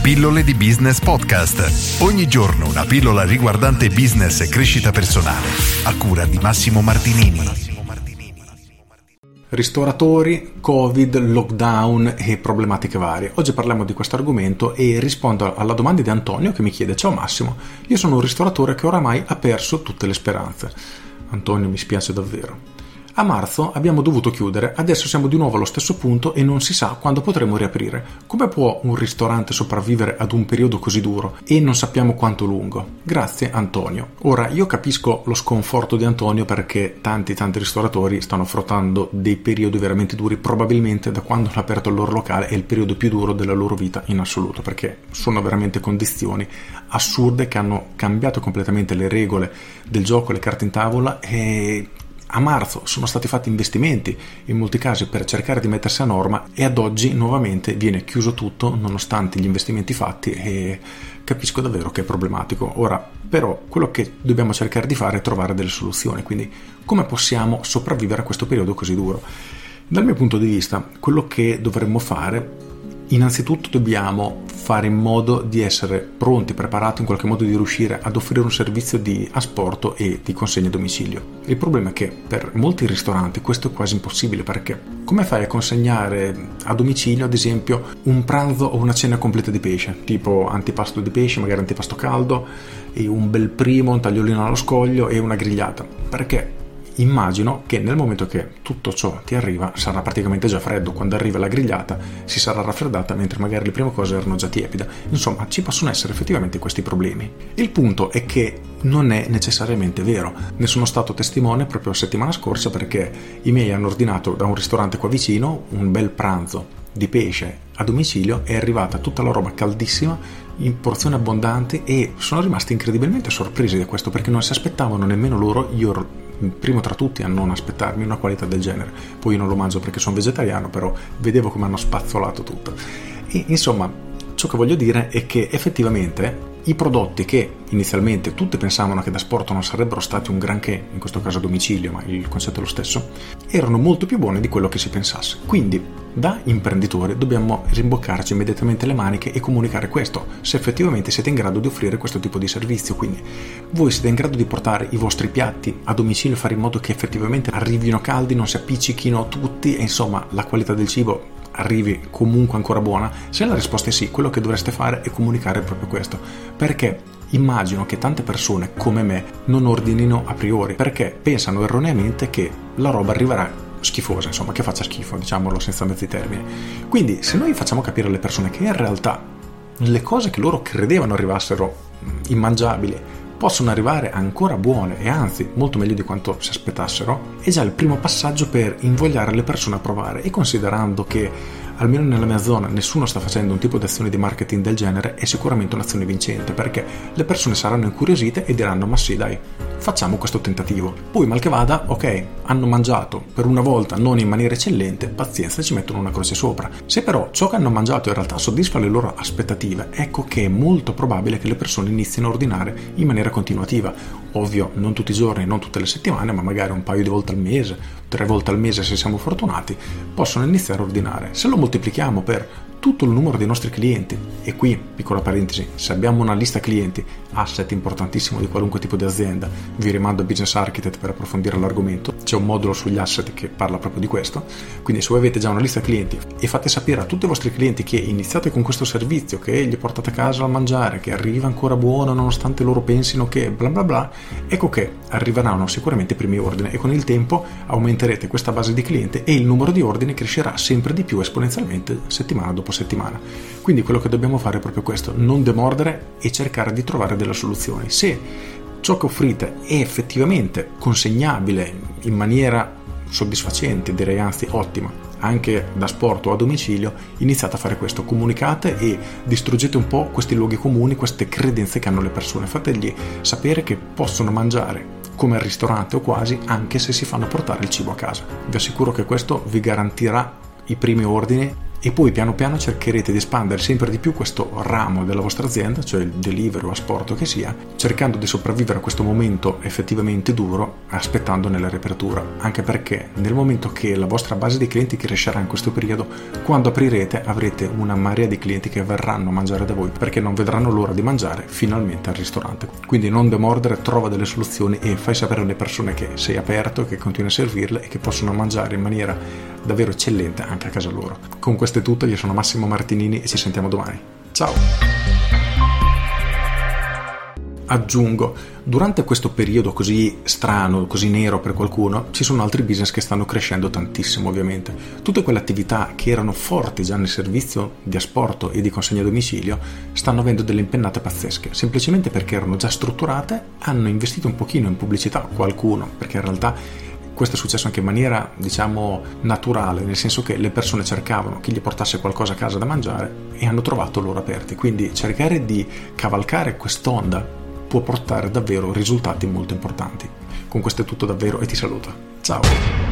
Pillole di Business Podcast. Ogni giorno una pillola riguardante business e crescita personale. A cura di Massimo Martinini. Ristoratori, Covid, lockdown e problematiche varie. Oggi parliamo di questo argomento e rispondo alla domanda di Antonio che mi chiede: ciao Massimo, io sono un ristoratore che oramai ha perso tutte le speranze. Antonio, mi spiace davvero. A marzo abbiamo dovuto chiudere, adesso siamo di nuovo allo stesso punto e non si sa quando potremo riaprire. Come può un ristorante sopravvivere ad un periodo così duro e non sappiamo quanto lungo? Grazie Antonio. Ora, io capisco lo sconforto di Antonio perché tanti ristoratori stanno affrontando dei periodi veramente duri, probabilmente da quando hanno aperto il loro locale è il periodo più duro della loro vita in assoluto, perché sono veramente condizioni assurde che hanno cambiato completamente le regole del gioco, le carte in tavola, e a marzo sono stati fatti investimenti in molti casi per cercare di mettersi a norma e ad oggi nuovamente viene chiuso tutto nonostante gli investimenti fatti, e capisco davvero che è problematico. Ora però quello che dobbiamo cercare di fare è trovare delle soluzioni, quindi come possiamo sopravvivere a questo periodo così duro? Dal mio punto di vista, quello che dovremmo fare, innanzitutto dobbiamo fare in modo di essere pronti, preparati in qualche modo di riuscire ad offrire un servizio di asporto e di consegna a domicilio. Il problema è che per molti ristoranti questo è quasi impossibile, perché come fai a consegnare a domicilio ad esempio un pranzo o una cena completa di pesce, tipo antipasto di pesce, magari antipasto caldo e un bel primo, un tagliolino allo scoglio e una grigliata? Perché immagino che nel momento che tutto ciò ti arriva sarà praticamente già freddo. Quando arriva la grigliata si sarà raffreddata, mentre magari le prime cose erano già tiepide. Insomma, ci possono essere effettivamente questi problemi. Il punto è che non è necessariamente vero. Ne sono stato testimone proprio la settimana scorsa, perché i miei hanno ordinato da un ristorante qua vicino un bel pranzo di pesce a domicilio, è arrivata tutta la roba caldissima in porzioni abbondanti e sono rimasti incredibilmente sorpresi da questo, perché non si aspettavano nemmeno loro, io primo tra tutti, a non aspettarmi una qualità del genere. Poi io non lo mangio perché sono vegetariano, però vedevo come hanno spazzolato tutto. E insomma, ciò che voglio dire è che effettivamente i prodotti che inizialmente tutti pensavano che da sport non sarebbero stati un granché, in questo caso a domicilio, ma il concetto è lo stesso, erano molto più buoni di quello che si pensasse. Quindi da imprenditori dobbiamo rimboccarci immediatamente le maniche e comunicare questo, se effettivamente siete in grado di offrire questo tipo di servizio. Quindi voi siete in grado di portare i vostri piatti a domicilio e fare in modo che effettivamente arrivino caldi, non si appiccichino tutti e insomma la qualità del cibo arrivi comunque ancora buona? Se la risposta è sì, quello che dovreste fare è comunicare proprio questo, perché immagino che tante persone come me non ordinino a priori, perché pensano erroneamente che la roba arriverà schifosa, insomma, che faccia schifo, diciamolo senza mezzi termini. Quindi se noi facciamo capire alle persone che in realtà le cose che loro credevano arrivassero immangiabili possono arrivare ancora buone e anzi molto meglio di quanto si aspettassero, è già il primo passaggio per invogliare le persone a provare. E considerando che almeno nella mia zona nessuno sta facendo un tipo di azione di marketing del genere, è sicuramente un'azione vincente, perché le persone saranno incuriosite e diranno: ma sì, dai, facciamo questo tentativo. Poi mal che vada, ok, hanno mangiato per una volta non in maniera eccellente, pazienza, ci mettono una croce sopra. Se però ciò che hanno mangiato in realtà soddisfa le loro aspettative, ecco che è molto probabile che le persone inizino a ordinare in maniera continuativa. Ovvio, non tutti i giorni, non tutte le settimane, ma magari un paio di volte al mese, 3 volte al mese se siamo fortunati, possono iniziare a ordinare. Se lo moltiplichiamo per tutto il numero dei nostri clienti, e qui, piccola parentesi, se abbiamo una lista clienti, asset importantissimo di qualunque tipo di azienda, vi rimando a Business Architect per approfondire l'argomento, c'è un modulo sugli asset che parla proprio di questo. Quindi se voi avete già una lista clienti e fate sapere a tutti i vostri clienti che iniziate con questo servizio, che gli portate a casa a mangiare, che arriva ancora buono nonostante loro pensino che bla bla bla, ecco che arriveranno sicuramente i primi ordini e con il tempo aumenterete questa base di clienti e il numero di ordini crescerà sempre di più esponenzialmente settimana dopo settimana. Quindi quello che dobbiamo fare è proprio questo: non demordere e cercare di trovare delle soluzioni. Se ciò che offrite è effettivamente consegnabile in maniera soddisfacente, direi anzi ottima, anche da sport o a domicilio, iniziate a fare questo, comunicate e distruggete un po' questi luoghi comuni, queste credenze che hanno le persone, fategli sapere che possono mangiare come al ristorante o quasi, anche se si fanno portare il cibo a casa. Vi assicuro che questo vi garantirà i primi ordini e poi piano piano cercherete di espandere sempre di più questo ramo della vostra azienda, cioè il delivery o asporto che sia, cercando di sopravvivere a questo momento effettivamente duro, aspettandone la riapertura, anche perché nel momento che la vostra base di clienti crescerà in questo periodo, quando aprirete avrete una marea di clienti che verranno a mangiare da voi perché non vedranno l'ora di mangiare finalmente al ristorante. Quindi non demordere, trova delle soluzioni e fai sapere alle persone che sei aperto, che continui a servirle e che possono mangiare in maniera davvero eccellente anche a casa loro. Con questo è tutto, io sono Massimo Martinini e ci sentiamo domani. Ciao! Aggiungo, durante questo periodo così strano, così nero per qualcuno, ci sono altri business che stanno crescendo tantissimo ovviamente. Tutte quelle attività che erano forti già nel servizio di asporto e di consegna a domicilio stanno avendo delle impennate pazzesche, semplicemente perché erano già strutturate, hanno investito un pochino in pubblicità, qualcuno, perché in realtà questo è successo anche in maniera, diciamo, naturale, nel senso che le persone cercavano chi gli portasse qualcosa a casa da mangiare e hanno trovato loro aperti. Quindi cercare di cavalcare quest'onda può portare davvero risultati molto importanti. Con questo è tutto davvero e ti saluto. Ciao!